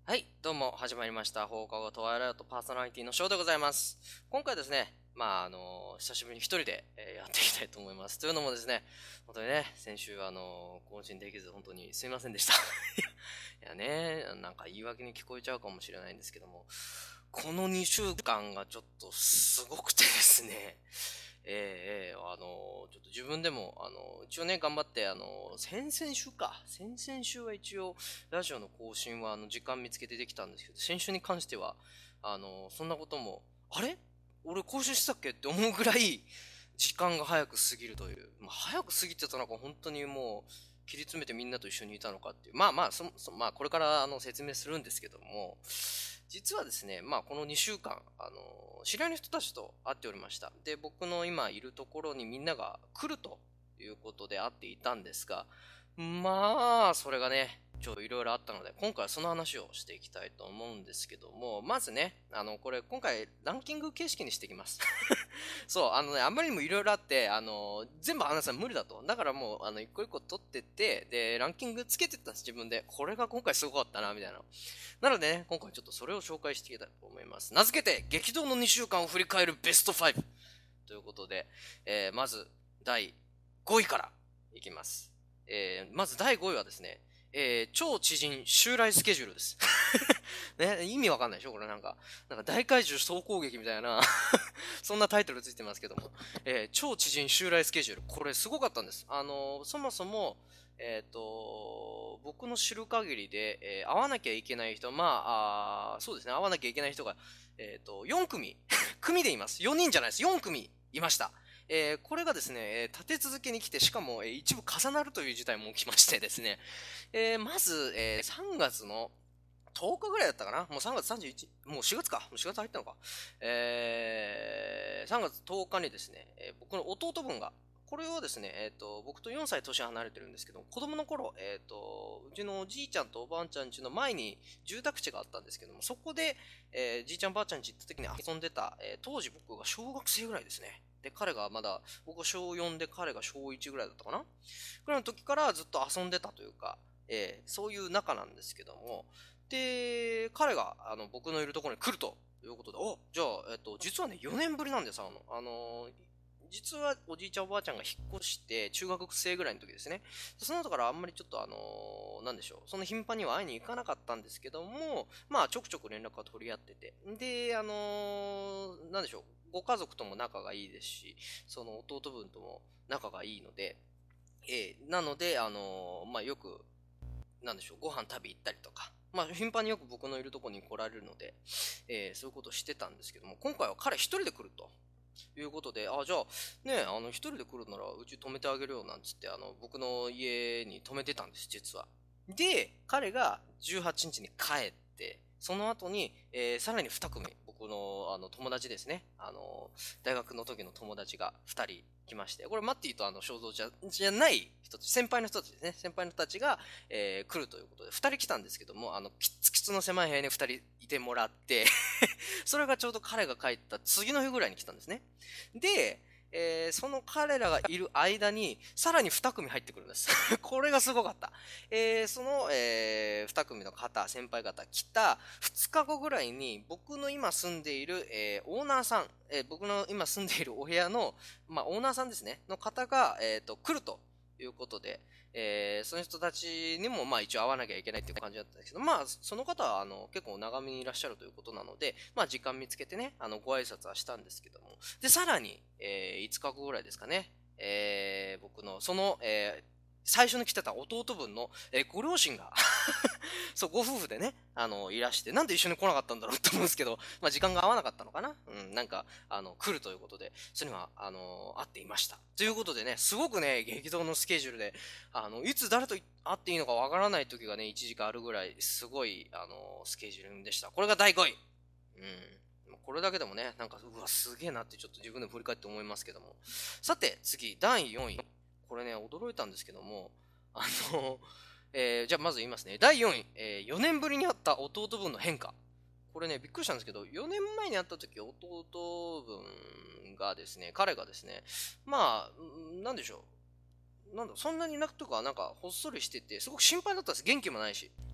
はい、どうも始まりました。放課後トワイライトパーソナリティのショーでございます。今回ですね、久しぶりに一人で、やっていきたいと思います。というのもですね、本当にね、先週更新できず本当にすいませんでした。いやね、なんか言い訳に聞こえちゃうかもしれないんですけども、この2週間がちょっとすごくてですね、ちょっと自分でも、一応ね、頑張って、先々週は一応、ラジオの更新は、時間見つけてできたんですけど、先週に関しては、そんなことも、あれ俺更新したっけって思うぐらい、時間が早く過ぎるという。早く過ぎてたのか、本当にもう、切り詰めてみんなと一緒にいたのかっていう。これから説明するんですけども、実はですね、この2週間、知り合いの人たちと会っておりました。で、僕の今いるところにみんなが来るということで会っていたんですが、それがね、いろいろあったので、今回はその話をしていきたいと思うんですけども、まずね、今回、ランキング形式にしていきます。そう、あんまりにもいろいろあって、全部話すのは無理だと。だからもう、一個一個取ってって、で、ランキングつけてったんです、自分で。これが今回すごかったな、みたいな。なのでね、今回ちょっとそれを紹介していきたいと思います。名付けて、激動の2週間を振り返るベスト5。ということで、まず、第5位からいきます。まず第5位はですね、超知人襲来スケジュールです。ね、意味わかんないでしょこれなんか大怪獣総攻撃みたいなそんなタイトルついてますけども、超知人襲来スケジュール。これすごかったんです。そもそも、僕の知る限りで、会わなきゃいけない人、そうですね、会わなきゃいけない人が、4組、組でいます。4人じゃないです。4組いました。これがですね、立て続けに来て、しかも、一部重なるという事態も起きましてですね、まず、3月の10日ぐらいだったかなもう3月31、もう4月か。もう4月入ったのか。3月10日にですね、僕の弟分が、これをですね、僕と4歳年離れてるんですけど、子供の頃、うちのおじいちゃんとおばあちゃん家の前に住宅地があったんですけども、そこで、じいちゃんばあちゃん家行った時に遊んでた、当時僕が小学生ぐらいですね。で、彼がまだ、僕が小4で彼が小1ぐらいだったかなぐらいの時からずっと遊んでたというか、そういう仲なんですけども、で、彼が、僕のいるところに来るということで、じゃあ、実はね、4年ぶりなんです、実はおじいちゃんおばあちゃんが引っ越して中学生ぐらいの時ですね。その後からあんまりちょっとなんでしょう、その頻繁には会いに行かなかったんですけども、ちょくちょく連絡は取り合ってて。で、なんでしょう、ご家族とも仲がいいですし、その弟分とも仲がいいので、なので、よく、なんでしょう、ご飯食べ行ったりとか、頻繁によく僕のいるところに来られるので、そういうことをしてたんですけども、今回は彼一人で来ると。いうことで、じゃあ、ね、一人で来るなら、うち泊めてあげるよ、なんつって、僕の家に泊めてたんです、実は。で、彼が18日に帰って、その後に、さらに2組、僕の、友達ですね。大学の時の友達が2人来まして、これ、マッティと肖像じゃない人たち、先輩の人たちですね。先輩の人たちが、来るということで、2人来たんですけども、キツキツの狭い部屋に2人いてもらってそれがちょうど彼が帰った次の日ぐらいに来たんですね。で、その彼らがいる間に、さらに2組入ってくるんです。これがすごかった。その、2組の方、先輩方来た2日後ぐらいに、僕の今住んでいる、オーナーさん、僕の今住んでいるお部屋の、オーナーさんですね、の方が、来るということで、その人たちにも、一応会わなきゃいけないっていう感じだったんですけど、その方は、結構長めにいらっしゃるということなので、時間見つけてね、ご挨拶はしたんですけども。で、さらに、5日後ぐらいですかね、僕の、最初に来てた弟分の、ご両親がそう、ご夫婦でね、いらして、なんで一緒に来なかったんだろうと思うんですけど、時間が合わなかったのかな来るということで、それには、会っていました。ということでね、すごくね、激動のスケジュールで、いつ誰と会っていいのかわからない時がね、1時間あるぐらい、すごい、スケジュールでした。これが第5位。うん。これだけでもね、うわ、すげえなってちょっと自分でも振り返って思いますけども。さて、次、第4位。これね、驚いたんですけども、あの、じゃあまず言いますね。第4位、4年ぶりに会った弟分の変化。これね、びっくりしたんですけど、4年前に会った時、弟分がですね、彼がですね、なんでしょそんなになくとか、ほっそりしてて、すごく心配だったんです。元気もないし。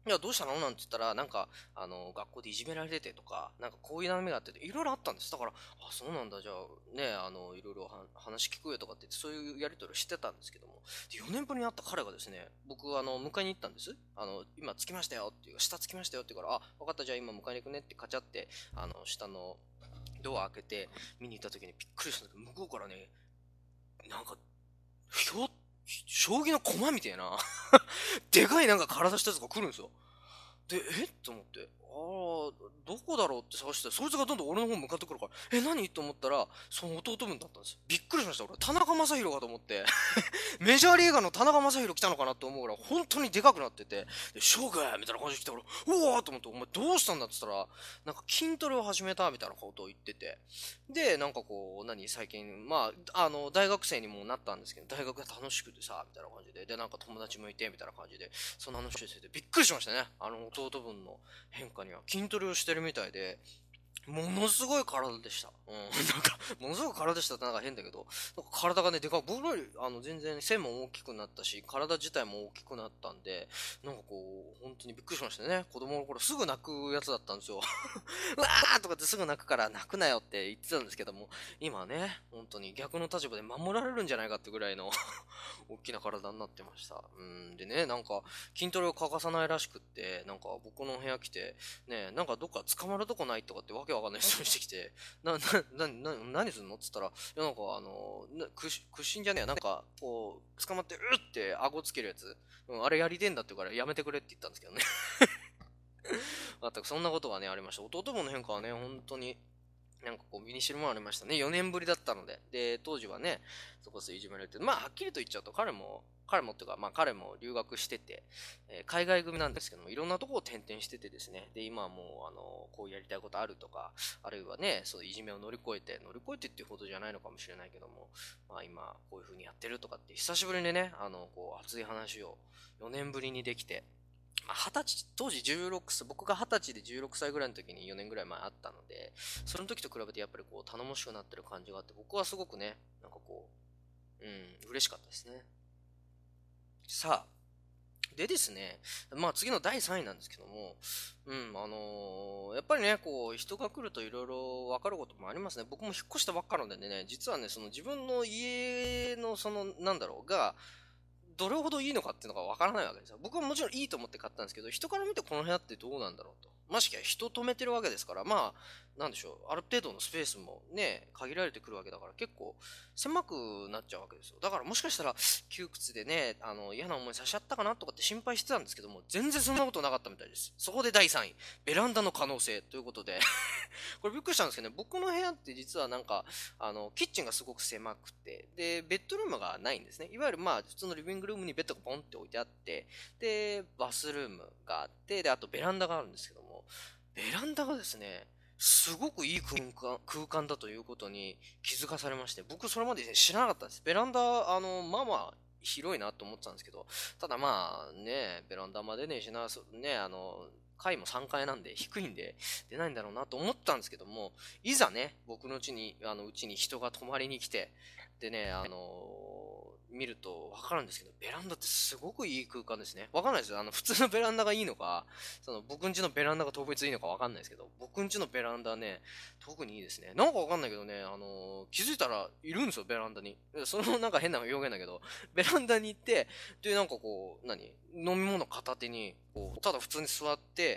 いや、どうしたのなんて言ったら、なんか、学校でいじめられててとか、なんかこういう悩みがあってて、いろいろあったんです。だから、あ、そうなんだ、じゃあ、ね、いろいろ話聞くよとかって言って、そういうやりとりをしてたんですけども、で、4年ぶりに会った彼がですね、僕、迎えに行ったんです。今着きましたよっていう、下着きましたよって言うから、あ、分かった、じゃあ今迎えに行くねってカチャって、下のドア開けて、見に行った時にびっくりしたんだけど、向こうからね、なんか、ひょ、将棋の駒みたいなでかいなんか体したやつが来るんですよ。で、と思って、どこだろうって探して、そいつがどんどん俺の方向かってくるから、何と思ったら、その弟分だったんですよ。びっくりしました、俺。田中将大かと思って。メジャーリーガーの田中将大来たのかなって思うぐらい、本当にでかくなってて、で、将軍みたいな感じで来たから、うわーと思って、お前どうしたんだって言ったら、なんか筋トレを始めたみたいなことを言ってて、で、なんかこう、最近、まあ、大学生にもなったんですけど、大学が楽しくてさ、みたいな感じで、で、なんか友達もいて、みたいな感じで、そんな話をしてて、びっくりしましたね。弟分の変化には。筋トレをしてるみたいで、ものすごい体でした。うん。なんか、ものすごい体でしたってなんか変だけど、なんか体がね、でかい。僕より、全然背も大きくなったし、体自体も大きくなったんで、なんかこう、本当にびっくりしましたね。子供の頃すぐ泣くやつだったんですよ。うわーとかってすぐ泣くから泣くなよって言ってたんですけども、今ね、本当に逆の立場で守られるんじゃないかってぐらいの大きな体になってました。でね、なんか筋トレを欠かさないらしくって、なんか僕の部屋来て、ね、なんかどっか捕まるとこないとかってわけわかんない人にしてきて、何すんのって言ったら、いやなんか屈伸じゃねえや、なんかこう、捕まってうって顎つけるやつ、あれやりてんだって言うからやめてくれって言ったんですけどね。まったくそんなことがね、ありました。弟分の変化はね、本当に、なんかこう身に知るものありましたね。4年ぶりだったので。で、当時はね、そこそこいじめられて、まあはっきりと言っちゃうと彼もっていうか、まあ彼も留学してて、海外組なんですけども、いろんなところを転々しててですね、で、今はもう、こうやりたいことあるとか、あるいはね、そういじめを乗り越えてっていうほどじゃないのかもしれないけども、まあ今、こういう風にやってるとかって、久しぶりにね、こう熱い話を4年ぶりにできて、まあ、歳、当時16歳、僕が20歳で16歳ぐらいの時に4年ぐらい前あったので、その時と比べてやっぱりこう頼もしくなってる感じがあって、僕はすごくね、なんかこう、嬉しかったですね。さあ、でですね、まあ次の第3位なんですけども、やっぱりね、こう、人が来るといろいろ分かることもありますね。僕も引っ越したばっかなんでね、実はね、その自分の家のなんだろうが、どれほどいいのかっていうのがわからないわけですよ。僕はもちろんいいと思って買ったんですけど、人から見てこの部屋ってどうなんだろうと。ましてや人止めてるわけですから、まあ、なんでしょう、ある程度のスペースもね、限られてくるわけだから結構狭くなっちゃうわけですよ。だからもしかしたら窮屈でね、嫌な思いさせちゃったかなとかって心配してたんですけども、全然そんなことなかったみたいです。そこで第3位、ベランダの可能性ということでこれびっくりしたんですけどね、僕の部屋って実はなんか、キッチンがすごく狭くて、で、ベッドルームがないんですね。いわゆるまあ、普通のリビングルームにベッドがポンって置いてあって、で、バスルームがあって、で、あとベランダがあるんですけども、ベランダがですね、すごくいい空間だということに気づかされまして、僕それまで、ね、知らなかったんです。ベランダ、まあまあ、広いなと思ってたんですけど、ただまあね、ベランダまでね、ね、階も3階なんで低いんで出ないんだろうなと思ったんですけども、いざね、僕のうちに人が泊まりに来て、でね、見るとわかるんですけど、ベランダってすごくいい空間ですね。わかんないですよ。普通のベランダがいいのか、僕ん家のベランダが特別いいのかわかんないですけど、僕ん家のベランダね、特にいいですね。なんかわかんないけどね、気づいたらいるんですよ、ベランダに。それもなんか変な表現だけど、ベランダに行って、で、なんかこう、飲み物片手に、こう、ただ普通に座って、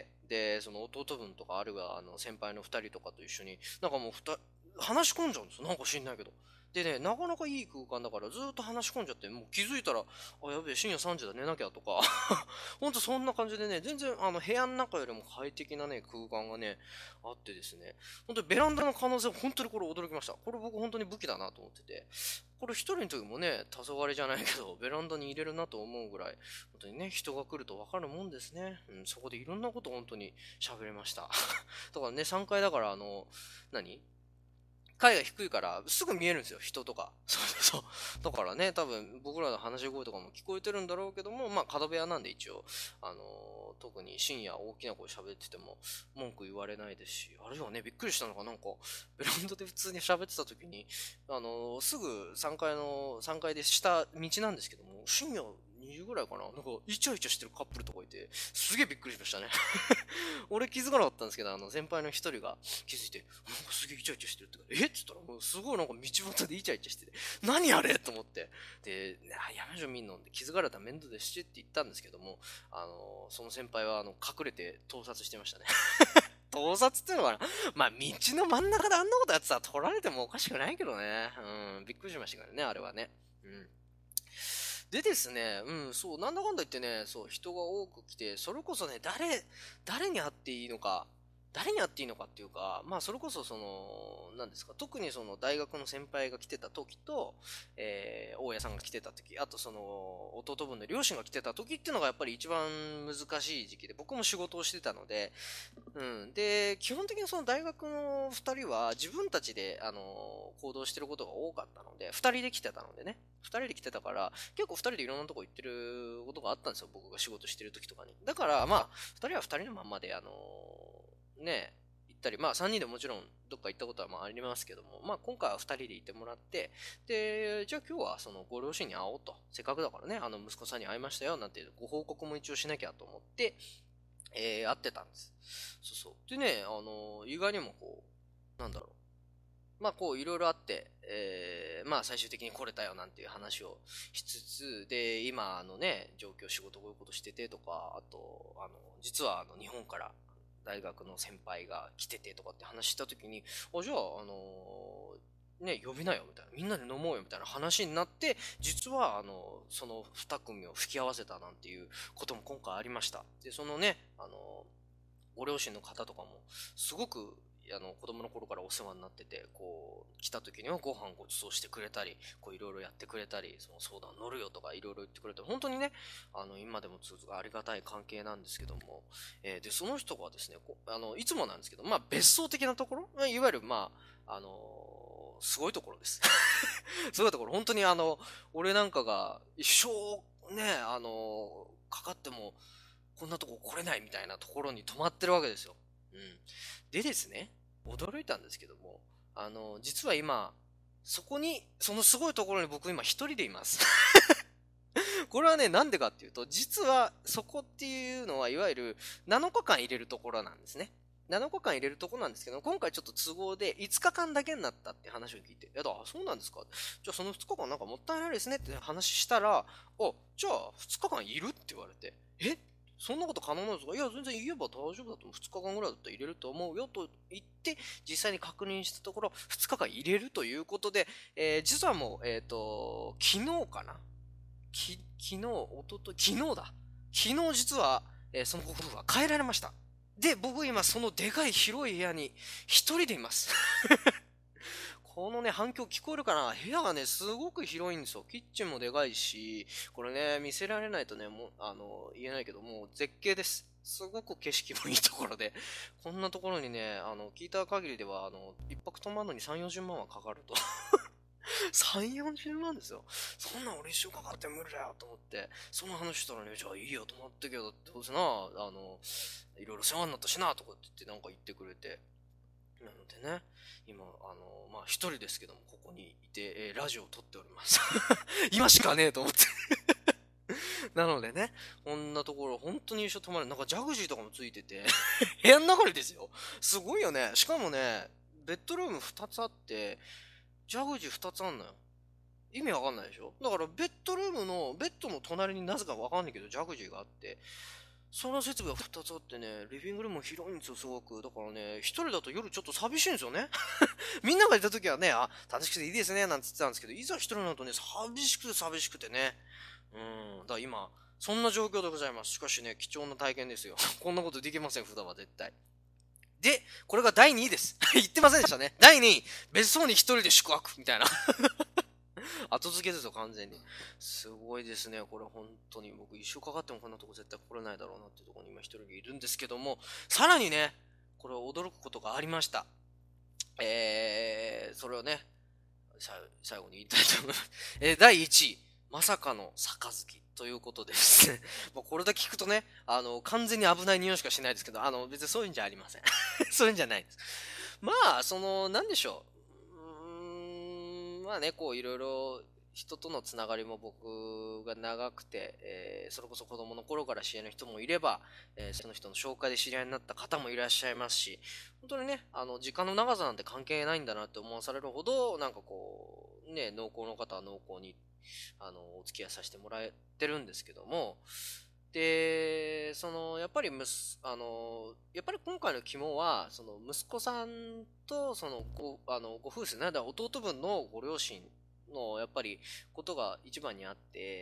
で、その弟分とか、あるいは先輩の二人とかと一緒に、なんかもう話し込んじゃうんですよ。なんか知んないけど。でね、なかなかいい空間だからずーっと話し込んじゃって、もう気づいたら、あ、やべえ、深夜3時だ、寝なきゃとか、ほんとそんな感じでね、全然部屋の中よりも快適なね、空間がね、あってですね、本当にベランダの可能性、本当にこれ驚きました。これ僕本当に武器だなと思ってて、これ一人の時もね、黄昏じゃないけど、ベランダに入れるなと思うぐらい、本当にね、人が来ると分かるもんですね。そこでいろんなこと本当に喋れました。だからね、3階だから、何階が低いからすぐ見えるんですよ、人とか。そうそうそう。だからね、多分僕らの話し声とかも聞こえてるんだろうけども、まあ角部屋なんで一応、特に深夜大きな声喋ってても文句言われないですし、あるいはね、びっくりしたのがなんか、ベランダで普通に喋ってた時に、すぐ3階で下道なんですけども、深夜2 20ぐらいかな。なんか、イチャイチャしてるカップルとかいて、すげえびっくりしましたね。俺気づかなかったんですけど、先輩の一人が気づいて、なんかすげえイチャイチャしてるって言って、えっつったら、もうすごいなんか道端でイチャイチャしてて、何あれと思って。で、やめましょう見んのって気づかれたら面倒ですしって言ったんですけども、その先輩は、隠れて盗撮してましたね。盗撮っていうのは、まあ、道の真ん中であんなことやってたら撮られてもおかしくないけどね。うん、びっくりしましたからね、あれはね。うん。でですね、そう、なんだかんだ言ってね、そう、人が多く来て、それこそね、誰に会っていいのか、誰に会っていいのかっていうか、まあ、それこそ何ですか、特にその大学の先輩が来てた時と、大家さんが来てた時、あと弟分の両親が来てた時っていうのがやっぱり一番難しい時期で、僕も仕事をしてたので、で、基本的にその大学の二人は自分たちで、行動してることが多かったので、二人で来てたのでね、二人で来てたから、結構二人でいろんなとこ行ってることがあったんですよ、僕が仕事してる時とかに。だから、まあ、二人は二人のまんまで、ね、行ったり、まあ3人でもちろんどっか行ったことはまあありますけども、まあ今回は2人で行ってもらって、で、じゃあ今日はそのご両親に会おうと。せっかくだからね、息子さんに会いましたよなんてご報告も一応しなきゃと思って、会ってたんです。そうそう。でね、意外にもこう、なんだろう。まあこういろいろあって、まあ最終的に来れたよなんていう話をしつつ、で、今ね、状況仕事こういうことしててとか、あと、実は日本から大学の先輩が来ててとかって話したときに、じゃあ、ね、呼びなよみたいな、みんなで飲もうよみたいな話になって、実は、その二組を吹き合わせたなんていうことも今回ありました。で、そのね、ご両親の方とかも、すごく、子供の頃からお世話になってて、こう、来た時にはご飯ご馳走してくれたり、こう、いろいろやってくれたり、その相談乗るよとか、いろいろ言ってくれて、本当にね、今でも続くありがたい関係なんですけども、で、その人がですね、いつもなんですけど、まあ、別荘的なところ、いわゆる、まあ、すごいところです。すごいところ、本当に俺なんかが一生ね、かかっても、こんなとこ来れないみたいなところに泊まってるわけですよ。うん。でですね、驚いたんですけども、実は今、そのすごいところに僕今一人でいます。これはね、なんでかっていうと、実はそこっていうのは、いわゆる7日間入れるところなんですね。7日間入れるところなんですけど、今回ちょっと都合で5日間だけになったって話を聞いて、そうなんですか。じゃあその2日間なんかもったいないですねって話したら、じゃあ2日間いるって言われて、そんなこと可能なんですか？いや、全然言えば大丈夫だと思う。2日間ぐらいだったら入れると思うよと言って、実際に確認したところ、2日間入れるということで、実はもう、昨日かな昨日、昨日だ。昨日実は、そのご夫婦は帰られました。で、僕今そのでかい広い部屋に一人でいます。このね、反響聞こえるかな？部屋がね、すごく広いんですよ。キッチンもでかいし、これね、見せられないとね、もう、言えないけど、もう絶景です。すごく景色もいいところで、こんなところにね、聞いた限りでは、一泊泊まるのに3、40万はかかると。3、40万ですよ。そんなん俺一生かかって無理だよと思って、その話したらね、じゃあいいよと思ったけど、どうせな、いろいろ世話になったしな、とかって言ってなんか言ってくれて。なのでね、今、まあ一人ですけども、ここにいて、ラジオを撮っております。今しかねえと思って。なのでね、こんなところ、本当に一緒泊まる。なんかジャグジーとかもついてて、部屋の中にですよ。すごいよね。しかもね、ベッドルーム2つあって、ジャグジー2つあんのよ。意味わかんないでしょ？だからベッドの隣になぜかわかんないけど、ジャグジーがあって、その設備が2つあってね、リビングルームも広いんですよ、すごく。だからね、一人だと夜ちょっと寂しいんですよね。みんながいた時はね、楽しくていいですね、なんて言ってたんですけど、いざ一人になるとね、寂しくてね。だから今、そんな状況でございます。しかしね、貴重な体験ですよ。こんなことできません、普段は絶対。で、これが第2位です。言ってませんでしたね。第2位、別荘に一人で宿泊、みたいな。後付けですよ、完全に。すごいですね。これ本当に僕一生かかってもこんなとこ絶対来れないだろうなっていうところに今一人いるんですけども、さらにね、これ驚くことがありました。それをね、最後に言いたいと思います。第1位、まさかの杯ということですね。もうこれだけ聞くとね、完全に危ない匂いしかしないですけど、別にそういうんじゃありません。そういうんじゃないです。まあ、なんでしょう。まあね、こういろいろ人とのつながりも僕が長くて、それこそ子供の頃から知り合いの人もいれば、その人の紹介で知り合いになった方もいらっしゃいますし、本当にね、時間の長さなんて関係ないんだなって思わされるほど、なんかこう、ね、濃厚の方は濃厚に、お付き合いさせてもらえてるんですけども、で、やっぱりやっぱり今回の肝は、息子さんと、ご夫婦ですね、だから弟分のご両親の、やっぱり、ことが一番にあって、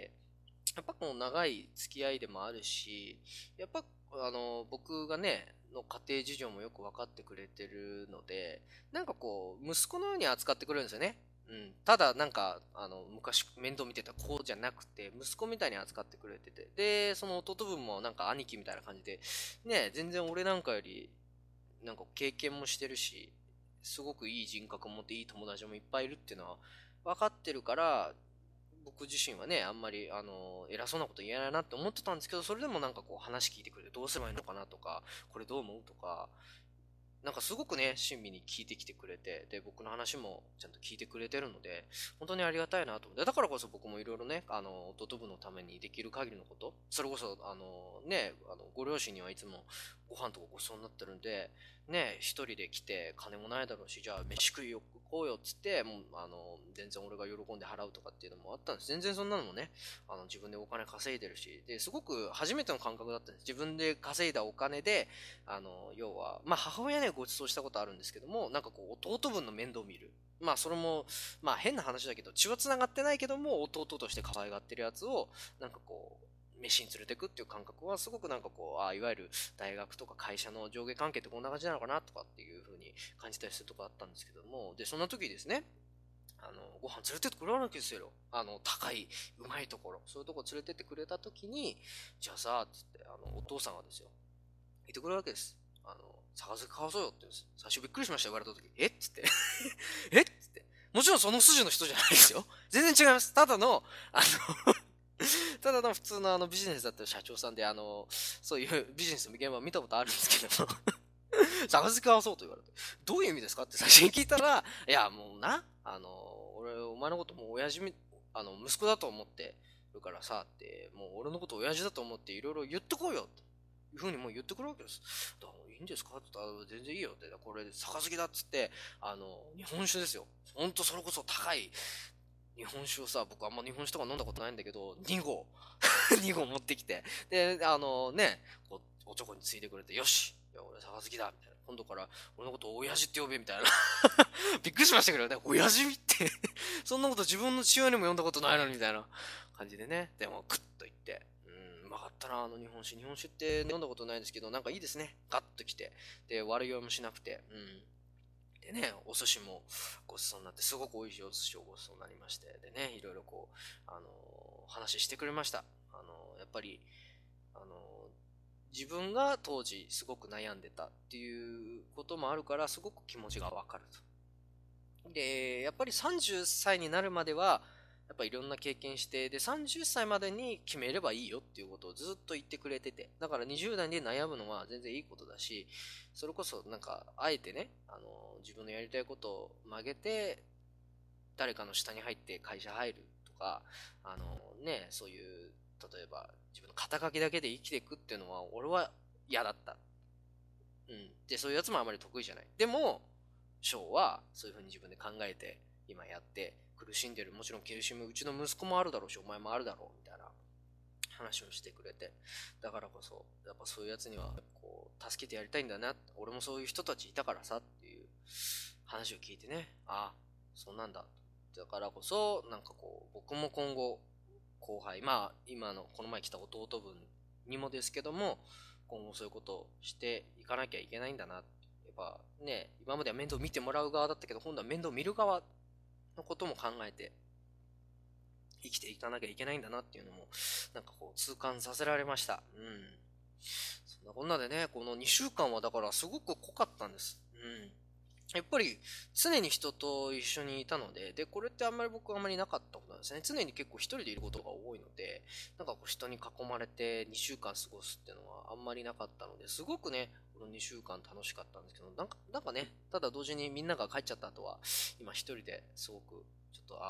やっぱこの長い付き合いでもあるし、やっぱ、僕がね、の家庭事情もよく分かってくれてるので、なんかこう、息子のように扱ってくれるんですよね。うん。ただ、なんか、昔面倒見てた子じゃなくて、息子みたいに扱ってくれてて、で、その弟分もなんか兄貴みたいな感じで、ね、全然俺なんかより、なんか経験もしてるし、すごくいい人格を持っていい友達もいっぱいいるっていうのは分かってるから、僕自身はね、あんまり、偉そうなこと言えないなって思ってたんですけど、それでもなんかこう話聞いてくれてどうすればいいのかなとか、これどう思うとか、なんかすごくね、親身に聞いてきてくれて、で、僕の話もちゃんと聞いてくれてるので、本当にありがたいなと思って、だからこそ僕もいろいろね、弟分のためにできる限りのこと、それこそ、ご両親にはいつもご飯とかごちそうになってるんで、ね、一人で来て金もないだろうし、じゃあ飯食いよこうよっつって、もう、全然俺が喜んで払うとかっていうのもあったんです。全然そんなのもね、自分でお金稼いでるし、で、すごく初めての感覚だったんです。自分で稼いだお金で、要は、まあ、母親にはご馳走したことあるんですけども、なんかこう、弟分の面倒を見る。まあ、それも、まあ、変な話だけど、血は繋がってないけども、弟として可愛がってるやつを、なんかこう、飯に連れてくっていう感覚はすごくなんかこう、いわゆる大学とか会社の上下関係ってこんな感じなのかなとかっていう風に感じたりするとこあったんですけども、で、そんな時ですね、ご飯連れてってくれるわけですよ。高い、うまいところ。そういうとこ連れてってくれた時に、じゃあさ、つって、お父さんがですよ、言ってくれるわけです。杯買わそうよって言うんです。最初びっくりしました、言われた時。えっつって。えっつって。もちろんその筋の人じゃないですよ。全然違います。ただの、ただの普通のビジネスだったら社長さんで、そういうビジネスの現場を見たことあるんですけども、杯買わそうと言われて、どういう意味ですかって最初に聞いたら、いや、もうな、俺、お前のこともう親父息子だと思ってるからさ、って、もう俺のこと親父だと思っていろいろ言ってこいよ、っていうふうにもう言ってくるわけです。だからいいんですかって言ったら、全然いいよって、これ、杯だっつって、日本酒ですよ。ほんとそれこそ高い日本酒をさ、僕あんま日本酒とか飲んだことないんだけど、2合、2合持ってきて、で、こう、おちょこについてくれて、よし、いや俺杯だ、みたいな。今度から俺のことを親父って呼べ、みたいな。びっくりしましたけどね、親父ってそんなこと自分の父親にも読んだことないのに、みたいな感じでね。でも、クッと言って、うまかったな、日本酒。日本酒って飲んだことないんですけど、なんかいいですね。ガッと来て。で、悪酔いもしなくて、でね、お寿司もごちそうになって、すごく美味しいお寿司をごちそうになりまして、でね、いろいろこう、話してくれました。やっぱり、あの自分が当時すごく悩んでたっていうこともあるから、すごく気持ちがわかると。で、やっぱり30歳になるまでは、やっぱいろんな経験して、で、30歳までに決めればいいよっていうことをずっと言ってくれてて、だから20代で悩むのは全然いいことだし、それこそなんか、あえてね、自分のやりたいことを曲げて、誰かの下に入って会社入るとか、そういう、例えば自分の肩書きだけで生きていくっていうのは、俺は嫌だった。うん。で、そういうやつもあまり得意じゃない。でも、ショーはそういうふうに自分で考えて、今やって苦しんでる。もちろん苦しむうちの息子もあるだろうし、お前もあるだろう、みたいな話をしてくれて。だからこそ、やっぱそういうやつには、こう、助けてやりたいんだな。俺もそういう人たちいたからさ、っていう話を聞いてね。ああ、そんなんだ。だからこそ、なんかこう、僕も今後、後輩、まあ、今の、この前来た弟分にもですけども、今後そういうことをしていかなきゃいけないんだな。やっぱね、今までは面倒見てもらう側だったけど、今度は面倒見る側のことも考えて生きていかなきゃいけないんだなっていうのも、なんかこう痛感させられました。うん。そんなこんなでね、この2週間はだからすごく濃かったんです。うん。やっぱり常に人と一緒にいたので、で、これってあんまり僕はあんまりなかったことなんですね。常に結構一人でいることが多いので、なんかこう人に囲まれて2週間過ごすっていうのはあんまりなかったので、すごくね、この2週間楽しかったんですけど、なんかね、ただ同時にみんなが帰っちゃった後は、今一人ですごく、ちょっと、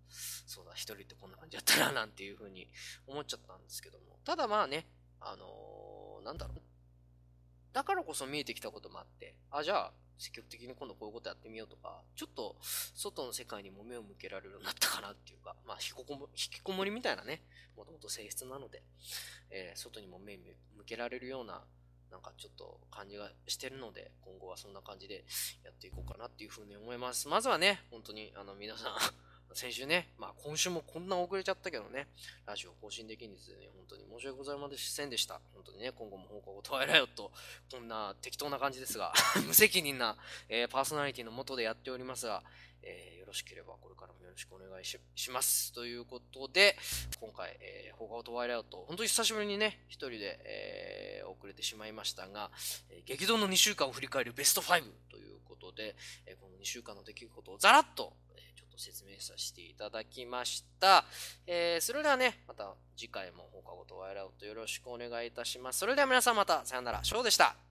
そうだ、一人ってこんな感じだったな、なんていう風に思っちゃったんですけども。ただまあね、なんだろう。だからこそ見えてきたこともあって、じゃあ、積極的に今度こういうことやってみようとか、ちょっと外の世界にも目を向けられるようになったかなっていうか、まあ、引きこもりみたいなね、もともと性質なので、外にも目向けられるような、なんかちょっと感じがしてるので、今後はそんな感じでやっていこうかなっていうふうに思います。まずはね、本当に皆さん先週ね、まあ今週もこんな遅れちゃったけどね、ラジオ更新できんですね、本当に申し訳ございませんでした。本当にね、今後も放課後トワイライオット、こんな適当な感じですが、無責任な、パーソナリティの下でやっておりますが、よろしければこれからもよろしくお願いします。ということで、今回、放課後トワイライオット、本当に久しぶりにね、一人で、遅れてしまいましたが、激動の2週間を振り返るベスト5ということで、この2週間の出来事をざらっと、説明させていただきました。それではね、また次回も放課後トワイライオットよろしくお願いいたします。それでは皆さんまた、さよなら。ショーでした。